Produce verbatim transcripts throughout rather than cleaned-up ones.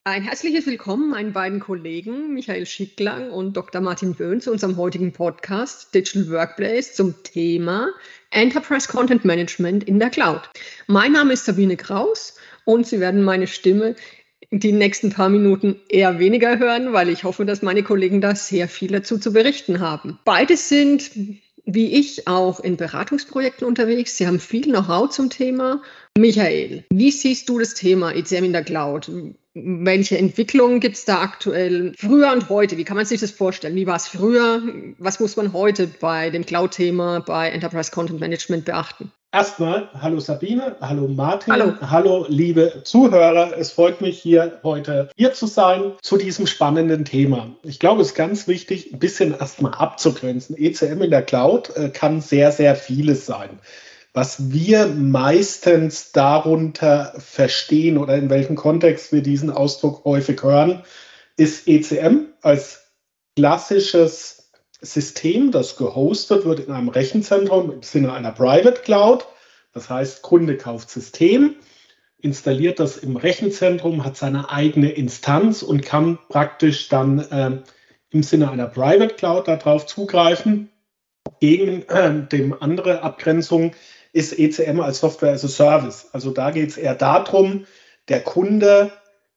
Ein herzliches Willkommen meinen beiden Kollegen Michael Schicklang und Doktor Martin Böhn zu unserem heutigen Podcast Digital Workplace zum Thema Enterprise Content Management in der Cloud. Mein Name ist Sabine Kraus und Sie werden meine Stimme die nächsten paar Minuten eher weniger hören, weil ich hoffe, dass meine Kollegen da sehr viel dazu zu berichten haben. Beide sind, wie ich, auch in Beratungsprojekten unterwegs. Sie haben viel Know-how zum Thema. Michael, wie siehst du das Thema E C M in der Cloud? Welche Entwicklungen gibt es da aktuell? Früher und heute, wie kann man sich das vorstellen? Wie war es früher? Was muss man heute bei dem Cloud-Thema, bei Enterprise Content Management beachten? Erstmal, hallo Sabine, hallo Martin, hallo. hallo liebe Zuhörer. Es freut mich, hier heute hier zu sein zu diesem spannenden Thema. Ich glaube, es ist ganz wichtig, ein bisschen erstmal abzugrenzen. E C M in der Cloud äh, kann sehr, sehr vieles sein. Was wir meistens darunter verstehen oder in welchem Kontext wir diesen Ausdruck häufig hören, ist E C M als klassisches System, das gehostet wird in einem Rechenzentrum im Sinne einer Private Cloud. Das heißt, Kunde kauft System, installiert das im Rechenzentrum, hat seine eigene Instanz und kann praktisch dann äh, im Sinne einer Private Cloud darauf zugreifen. Gegen äh, dem andere Abgrenzung ist E C M als Software as a Service. Also da geht es eher darum, der Kunde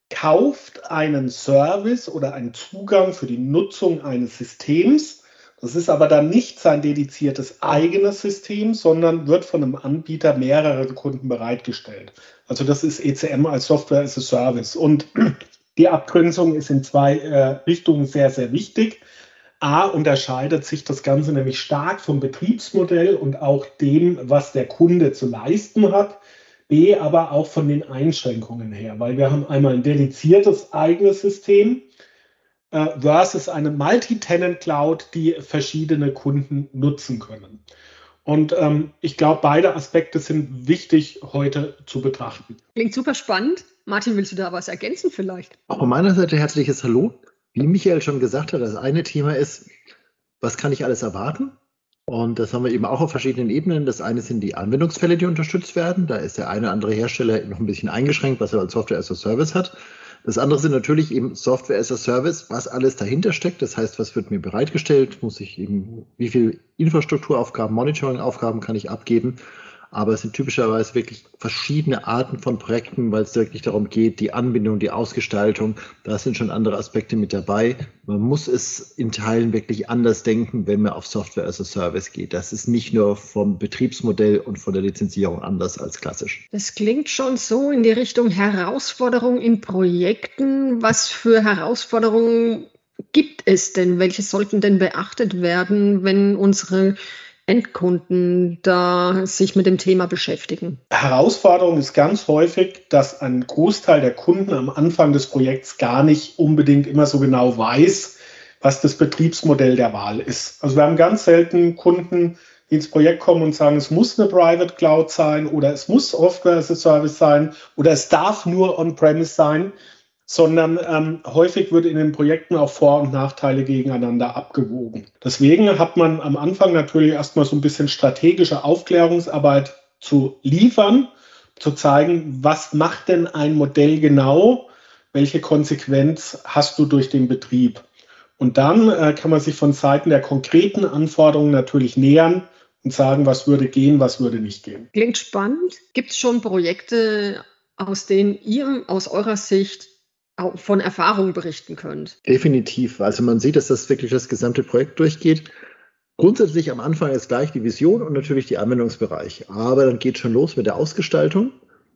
kauft einen Service oder einen Zugang für die Nutzung eines Systems. Das ist aber dann nicht sein dediziertes eigenes System, sondern wird von einem Anbieter mehrere Kunden bereitgestellt. Also das ist E C M als Software as a Service. Und die Abgrenzung ist in zwei äh, Richtungen sehr, sehr wichtig. A, unterscheidet sich das Ganze nämlich stark vom Betriebsmodell und auch dem, was der Kunde zu leisten hat. B, aber auch von den Einschränkungen her, weil wir haben einmal ein dediziertes eigenes System äh, versus eine Multi-Tenant-Cloud, die verschiedene Kunden nutzen können. Und ähm, ich glaube, beide Aspekte sind wichtig heute zu betrachten. Klingt super spannend. Martin, willst du da was ergänzen vielleicht? Auch von meiner Seite herzliches Hallo. Wie Michael schon gesagt hat, das eine Thema ist, was kann ich alles erwarten? Und das haben wir eben auch auf verschiedenen Ebenen. Das eine sind die Anwendungsfälle, die unterstützt werden. Da ist der eine oder andere Hersteller noch ein bisschen eingeschränkt, was er als Software as a Service hat. Das andere sind natürlich eben Software as a Service, was alles dahinter steckt. Das heißt, was wird mir bereitgestellt? Muss ich eben, wie viel Infrastrukturaufgaben, Monitoring-Aufgaben kann ich abgeben? Aber es sind typischerweise wirklich verschiedene Arten von Projekten, weil es wirklich darum geht, die Anbindung, die Ausgestaltung, da sind schon andere Aspekte mit dabei. Man muss es in Teilen wirklich anders denken, wenn man auf Software as a Service geht. Das ist nicht nur vom Betriebsmodell und von der Lizenzierung anders als klassisch. Das klingt schon so in die Richtung Herausforderungen in Projekten. Was für Herausforderungen gibt es denn? Welche sollten denn beachtet werden, wenn unsere Endkunden da sich mit dem Thema beschäftigen? Herausforderung ist ganz häufig, dass ein Großteil der Kunden am Anfang des Projekts gar nicht unbedingt immer so genau weiß, was das Betriebsmodell der Wahl ist. Also wir haben ganz selten Kunden, die ins Projekt kommen und sagen, es muss eine Private Cloud sein oder es muss Software as a Service sein oder es darf nur On-Premise sein, sondern ähm, häufig wird in den Projekten auch Vor- und Nachteile gegeneinander abgewogen. Deswegen hat man am Anfang natürlich erstmal so ein bisschen strategische Aufklärungsarbeit zu liefern, zu zeigen, was macht denn ein Modell genau, welche Konsequenz hast du durch den Betrieb. Und dann äh, kann man sich von Seiten der konkreten Anforderungen natürlich nähern und sagen, was würde gehen, was würde nicht gehen. Klingt spannend. Gibt es schon Projekte, aus denen ihr aus eurer Sicht auch von Erfahrungen berichten könnt? Definitiv. Also man sieht, dass das wirklich das gesamte Projekt durchgeht. Grundsätzlich am Anfang ist gleich die Vision und natürlich die Anwendungsbereich. Aber dann geht schon los mit der Ausgestaltung.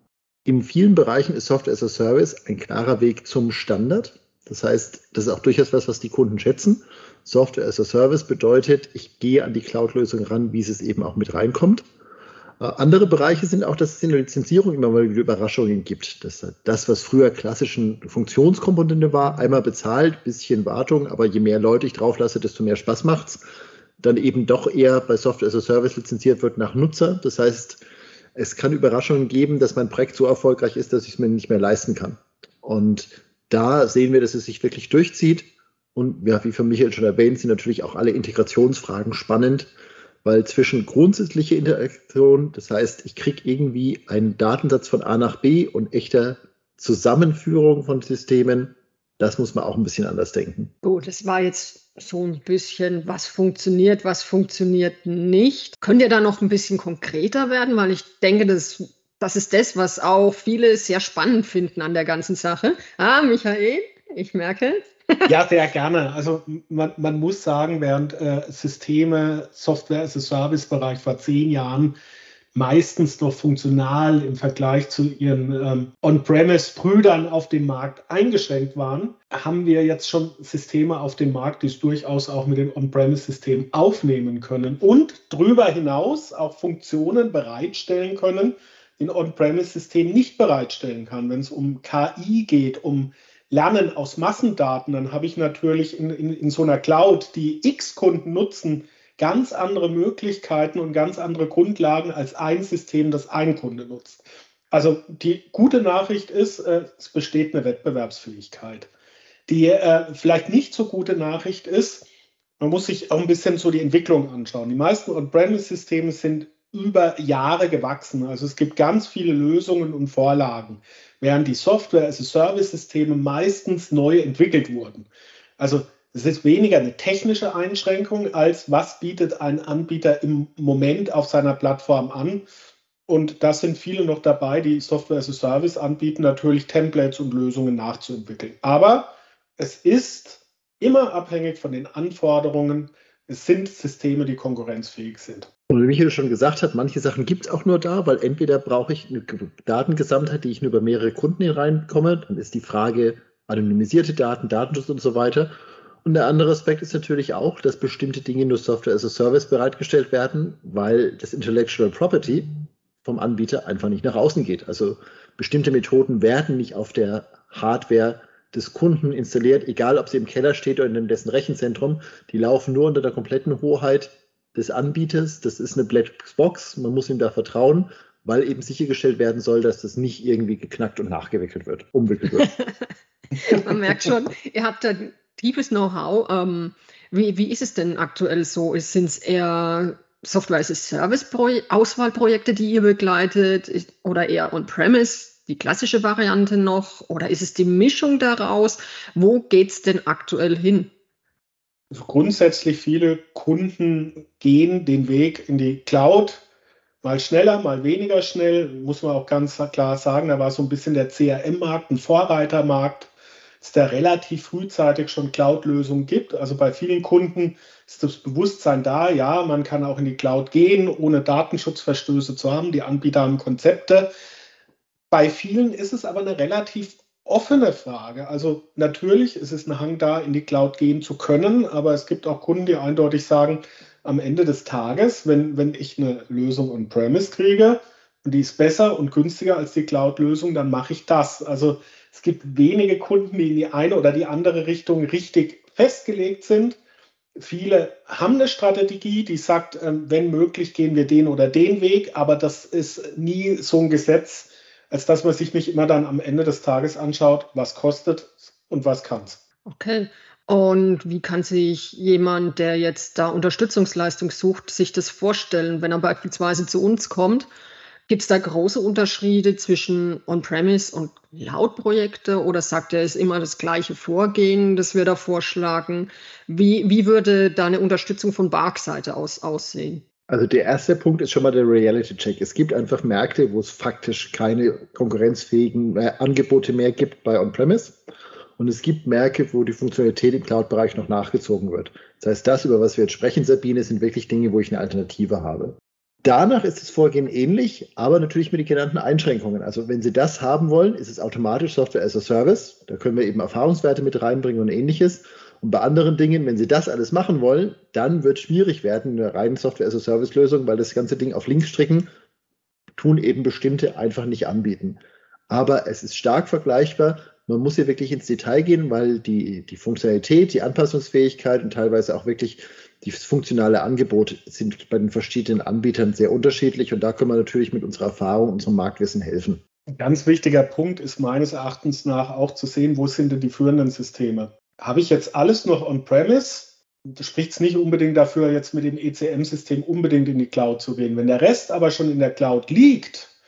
In vielen Bereichen ist Software as a Service ein klarer Weg zum Standard. Das heißt, das ist auch durchaus was, was die Kunden schätzen. Software as a Service bedeutet, ich gehe an die Cloud-Lösung ran, wie es eben auch mit reinkommt. Äh, andere Bereiche sind auch, dass es in der Lizenzierung immer mal wieder Überraschungen gibt. Das, das, was früher klassischen Funktionskomponente war, einmal bezahlt, bisschen Wartung, aber je mehr Leute ich drauf lasse, desto mehr Spaß macht's. Dann eben doch eher bei Software as a Service lizenziert wird nach Nutzer. Das heißt, es kann Überraschungen geben, dass mein Projekt so erfolgreich ist, dass ich es mir nicht mehr leisten kann. Und da sehen wir, dass es sich wirklich durchzieht. Und ja, wie von Michael schon erwähnt, sind natürlich auch alle Integrationsfragen spannend, weil zwischen grundsätzliche Interaktion, das heißt, ich kriege irgendwie einen Datensatz von A nach B und echter Zusammenführung von Systemen, das muss man auch ein bisschen anders denken. Gut, das war jetzt so ein bisschen, was funktioniert, was funktioniert nicht. Könnt ihr da noch ein bisschen konkreter werden? Weil ich denke, das, das ist das, was auch viele sehr spannend finden an der ganzen Sache. Ah, Michael, ich merke. Ja, sehr gerne. Also man, man muss sagen, während äh, Systeme, Software-as-a-Service-Bereich vor zehn Jahren meistens noch funktional im Vergleich zu ihren ähm, On-Premise-Brüdern auf dem Markt eingeschränkt waren, haben wir jetzt schon Systeme auf dem Markt, die es durchaus auch mit den On-Premise-Systemen aufnehmen können und darüber hinaus auch Funktionen bereitstellen können, die ein On-Premise-System nicht bereitstellen kann. Wenn es um K I geht, um Lernen aus Massendaten, dann habe ich natürlich in, in, in so einer Cloud, die X Kunden nutzen, ganz andere Möglichkeiten und ganz andere Grundlagen als ein System, das ein Kunde nutzt. Also die gute Nachricht ist, äh, es besteht eine Wettbewerbsfähigkeit. Die äh, vielleicht nicht so gute Nachricht ist, man muss sich auch ein bisschen so die Entwicklung anschauen. Die meisten On-Premise-Systeme sind über Jahre gewachsen. Also es gibt ganz viele Lösungen und Vorlagen, während die Software-as-a-Service-Systeme meistens neu entwickelt wurden. Also es ist weniger eine technische Einschränkung, als was bietet ein Anbieter im Moment auf seiner Plattform an. Und da sind viele noch dabei, die Software as a Service anbieten, natürlich Templates und Lösungen nachzuentwickeln. Aber es ist immer abhängig von den Anforderungen. Es sind Systeme, die konkurrenzfähig sind. Und wie Michael schon gesagt hat, manche Sachen gibt es auch nur da, weil entweder brauche ich eine Datengesamtheit, die ich nur über mehrere Kunden hineinkomme, dann ist die Frage anonymisierte Daten, Datenschutz und so weiter. Und der andere Aspekt ist natürlich auch, dass bestimmte Dinge nur Software as a Service bereitgestellt werden, weil das Intellectual Property vom Anbieter einfach nicht nach außen geht. Also bestimmte Methoden werden nicht auf der Hardware des Kunden installiert, egal ob sie im Keller steht oder in dessen Rechenzentrum. Die laufen nur unter der kompletten Hoheit des Anbieters. Das ist eine Blackbox, man muss ihm da vertrauen, weil eben sichergestellt werden soll, dass das nicht irgendwie geknackt und nachgewickelt wird, umwickelt wird. Man merkt schon, ihr habt da tiefes Know-how. Ähm, wie, wie ist es denn aktuell so? Sind es eher Software-as-a-Service-Auswahlprojekte, die ihr begleitet, oder eher On-Premise, die klassische Variante noch? Oder ist es die Mischung daraus? Wo geht es denn aktuell hin? Also grundsätzlich viele Kunden gehen den Weg in die Cloud, mal schneller, mal weniger schnell, muss man auch ganz klar sagen. Da war so ein bisschen der C R M-Markt, ein Vorreitermarkt, dass da relativ frühzeitig schon Cloud-Lösungen gibt. Also bei vielen Kunden ist das Bewusstsein da, ja, man kann auch in die Cloud gehen, ohne Datenschutzverstöße zu haben. Die Anbieter haben Konzepte. Bei vielen ist es aber eine relativ offene Frage. Also natürlich ist es ein Hang da, in die Cloud gehen zu können, aber es gibt auch Kunden, die eindeutig sagen, am Ende des Tages, wenn, wenn ich eine Lösung on-premise kriege und die ist besser und günstiger als die Cloud-Lösung, dann mache ich das. Also es gibt wenige Kunden, die in die eine oder die andere Richtung richtig festgelegt sind. Viele haben eine Strategie, die sagt, wenn möglich, gehen wir den oder den Weg, aber das ist nie so ein Gesetz, als dass man sich nicht immer dann am Ende des Tages anschaut, was kostet und was kann es. Okay. Und wie kann sich jemand, der jetzt da Unterstützungsleistung sucht, sich das vorstellen, wenn er beispielsweise zu uns kommt? Gibt es da große Unterschiede zwischen On-Premise und Cloud-Projekte oder sagt er, es ist immer das gleiche Vorgehen, das wir da vorschlagen? Wie, wie würde da eine Unterstützung von B A R-Seite aus aussehen? Also der erste Punkt ist schon mal der Reality-Check. Es gibt einfach Märkte, wo es faktisch keine konkurrenzfähigen äh, Angebote mehr gibt bei On-Premise. Und es gibt Märkte, wo die Funktionalität im Cloud-Bereich noch nachgezogen wird. Das heißt, das, über was wir jetzt sprechen, Sabine, sind wirklich Dinge, wo ich eine Alternative habe. Danach ist das Vorgehen ähnlich, aber natürlich mit den genannten Einschränkungen. Also wenn Sie das haben wollen, ist es automatisch Software as a Service. Da können wir eben Erfahrungswerte mit reinbringen und ähnliches. Und bei anderen Dingen, wenn Sie das alles machen wollen, dann wird es schwierig werden, eine reine Software as a Service Lösung, weil das ganze Ding auf links stricken, tun eben bestimmte einfach nicht anbieten. Aber es ist stark vergleichbar. Man muss hier wirklich ins Detail gehen, weil die, die Funktionalität, die Anpassungsfähigkeit und teilweise auch wirklich das funktionale Angebot sind bei den verschiedenen Anbietern sehr unterschiedlich. Und da können wir natürlich mit unserer Erfahrung, unserem Marktwissen helfen. Ein ganz wichtiger Punkt ist meines Erachtens nach auch zu sehen, wo sind denn die führenden Systeme. Habe ich jetzt alles noch on-premise? Da spricht es nicht unbedingt dafür, jetzt mit dem E C M-System unbedingt in die Cloud zu gehen. Wenn der Rest aber schon in der Cloud liegt,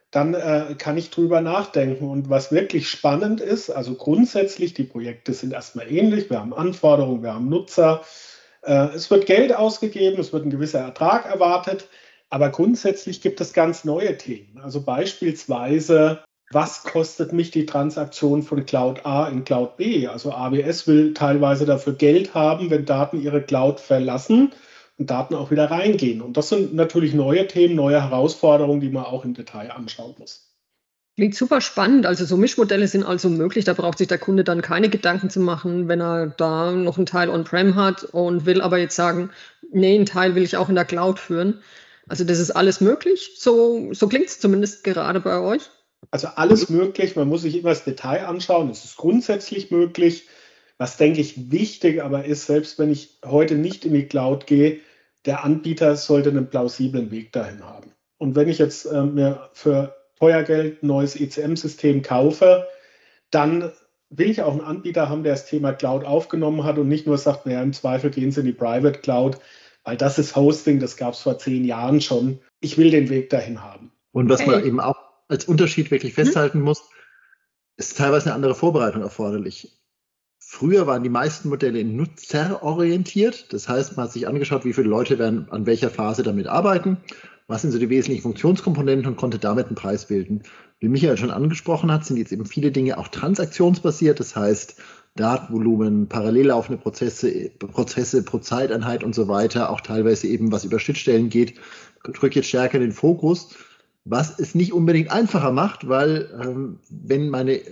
dann äh, kann ich drüber nachdenken. Und was wirklich spannend ist, also grundsätzlich, die Projekte sind erstmal ähnlich. Wir haben Anforderungen, wir haben Nutzer. Äh, es wird Geld ausgegeben, es wird ein gewisser Ertrag erwartet. Aber grundsätzlich gibt es ganz neue Themen. Also beispielsweise, was kostet mich die Transaktion von Cloud A in Cloud B? Also A W S will teilweise dafür Geld haben, wenn Daten ihre Cloud verlassen und Daten auch wieder reingehen. Und das sind natürlich neue Themen, neue Herausforderungen, die man auch im Detail anschauen muss. Klingt super spannend. Also so Mischmodelle sind also möglich. Da braucht sich der Kunde dann keine Gedanken zu machen, wenn er da noch einen Teil On-Prem hat und will aber jetzt sagen, nee, einen Teil will ich auch in der Cloud führen. Also das ist alles möglich. So, so klingt es zumindest gerade bei euch. Also alles möglich, man muss sich immer das Detail anschauen, es ist grundsätzlich möglich. Was, denke ich, wichtig aber ist, selbst wenn ich heute nicht in die Cloud gehe, der Anbieter sollte einen plausiblen Weg dahin haben. Und wenn ich jetzt äh, mir für teuer Geld ein neues E C M-System kaufe, dann will ich auch einen Anbieter haben, der das Thema Cloud aufgenommen hat und nicht nur sagt, naja, im Zweifel gehen Sie in die Private Cloud, weil das ist Hosting, das gab es vor zehn Jahren schon. Ich will den Weg dahin haben. Und was man eben auch als Unterschied wirklich festhalten hm. muss, ist teilweise eine andere Vorbereitung erforderlich. Früher waren die meisten Modelle nutzerorientiert. Das heißt, man hat sich angeschaut, wie viele Leute werden an welcher Phase damit arbeiten, was sind so die wesentlichen Funktionskomponenten und konnte damit einen Preis bilden. Wie Michael schon angesprochen hat, sind jetzt eben viele Dinge auch transaktionsbasiert. Das heißt, Datenvolumen, parallel laufende Prozesse, Prozesse pro Zeiteinheit und so weiter, auch teilweise eben, was über Schnittstellen geht, drückt jetzt stärker den Fokus. Was es nicht unbedingt einfacher macht, weil ähm, wenn meine,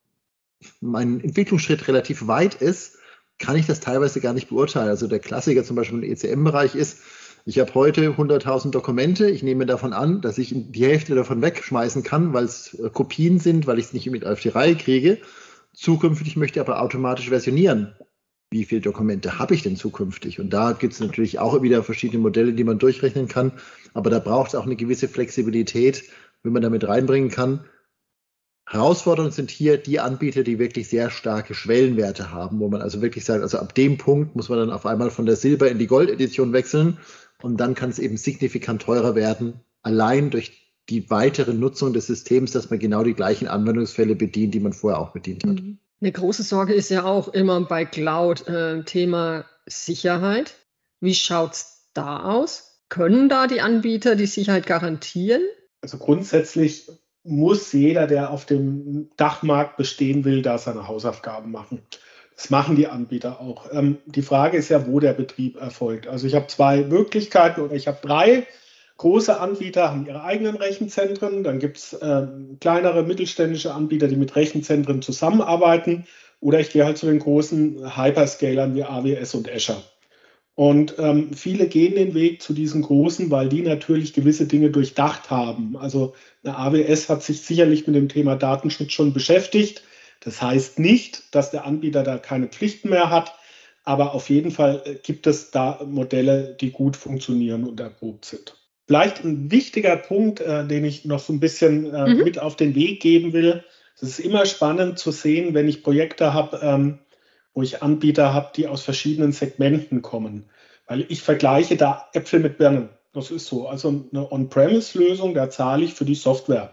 mein Entwicklungsschritt relativ weit ist, kann ich das teilweise gar nicht beurteilen. Also der Klassiker zum Beispiel im E C M-Bereich ist, ich habe heute hunderttausend Dokumente, ich nehme davon an, dass ich die Hälfte davon wegschmeißen kann, weil es äh, Kopien sind, weil ich es nicht mit auf die Reihe kriege. Zukünftig möchte ich aber automatisch versionieren. Wie viele Dokumente habe ich denn zukünftig? Und da gibt es natürlich auch wieder verschiedene Modelle, die man durchrechnen kann. Aber da braucht es auch eine gewisse Flexibilität, wenn man damit reinbringen kann. Herausforderungen sind hier die Anbieter, die wirklich sehr starke Schwellenwerte haben, wo man also wirklich sagt, also ab dem Punkt muss man dann auf einmal von der Silber- in die Gold-Edition wechseln und dann kann es eben signifikant teurer werden, allein durch die weitere Nutzung des Systems, dass man genau die gleichen Anwendungsfälle bedient, die man vorher auch bedient hat. Mhm. Eine große Sorge ist ja auch immer bei Cloud äh, Thema Sicherheit. Wie schaut es da aus? Können da die Anbieter die Sicherheit garantieren? Also grundsätzlich muss jeder, der auf dem Dachmarkt bestehen will, da seine Hausaufgaben machen. Das machen die Anbieter auch. Ähm, die Frage ist ja, wo der Betrieb erfolgt. Also ich habe zwei Möglichkeiten oder ich habe drei. Große Anbieter haben ihre eigenen Rechenzentren, dann gibt es äh, kleinere mittelständische Anbieter, die mit Rechenzentren zusammenarbeiten, oder ich gehe halt zu den großen Hyperscalern wie A W S und Azure. Und ähm, viele gehen den Weg zu diesen großen, weil die natürlich gewisse Dinge durchdacht haben. Also eine A W S hat sich sicherlich mit dem Thema Datenschutz schon beschäftigt. Das heißt nicht, dass der Anbieter da keine Pflichten mehr hat, aber auf jeden Fall gibt es da Modelle, die gut funktionieren und erprobt sind. Vielleicht ein wichtiger Punkt, äh, den ich noch so ein bisschen äh, mhm. mit auf den Weg geben will. Es ist immer spannend zu sehen, wenn ich Projekte habe, ähm, wo ich Anbieter habe, die aus verschiedenen Segmenten kommen. Weil ich vergleiche da Äpfel mit Birnen. Das ist so. Also eine On-Premise-Lösung, da zahle ich für die Software.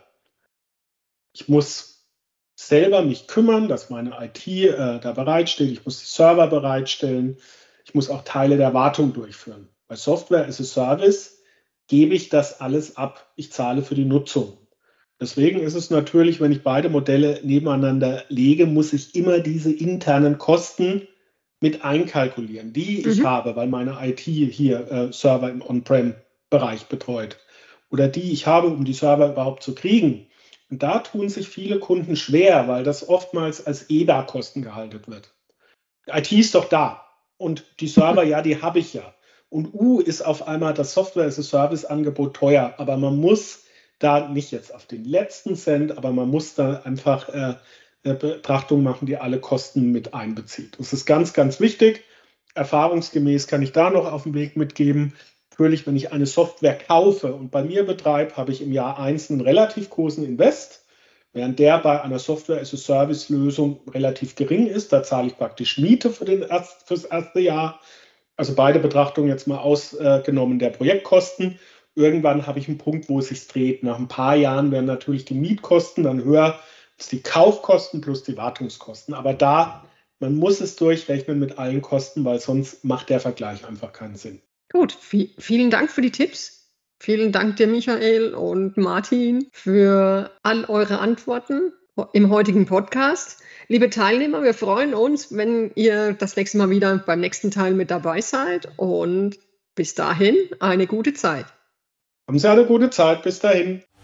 Ich muss selber mich kümmern, dass meine I T äh, da bereitsteht. Ich muss die Server bereitstellen. Ich muss auch Teile der Wartung durchführen. Bei Software as a Service gebe ich das alles ab. Ich zahle für die Nutzung. Deswegen ist es natürlich, wenn ich beide Modelle nebeneinander lege, muss ich immer diese internen Kosten mit einkalkulieren, die mhm. ich habe, weil meine I T hier äh, Server im On-Prem-Bereich betreut oder die ich habe, um die Server überhaupt zu kriegen. Und da tun sich viele Kunden schwer, weil das oftmals als E B A-Kosten gehalten wird. Die I T ist doch da und die Server, ja, die habe ich ja. Und U ist auf einmal das Software-as-a-Service-Angebot teuer, aber man muss da nicht jetzt auf den letzten Cent, aber man muss da einfach äh, eine Betrachtung machen, die alle Kosten mit einbezieht. Das ist ganz, ganz wichtig. Erfahrungsgemäß kann ich da noch auf den Weg mitgeben. Natürlich, wenn ich eine Software kaufe und bei mir betreibe, habe ich im Jahr eins einen relativ großen Invest, während der bei einer Software-as-a-Service-Lösung relativ gering ist. Da zahle ich praktisch Miete für, den erst, für das erste Jahr. Also beide Betrachtungen jetzt mal ausgenommen der Projektkosten. irgendwann habe ich einen Punkt, wo es sich dreht. Nach ein paar Jahren werden natürlich die Mietkosten dann höher als die Kaufkosten plus die Wartungskosten. Aber da, man muss es durchrechnen mit allen Kosten, weil sonst macht der Vergleich einfach keinen Sinn. Gut, v- vielen Dank für die Tipps. Vielen Dank dir, Michael und Martin, für all eure Antworten im heutigen Podcast. Liebe Teilnehmer, wir freuen uns, wenn ihr das nächste Mal wieder beim nächsten Teil mit dabei seid und bis dahin eine gute Zeit. Haben Sie eine gute Zeit. Bis dahin.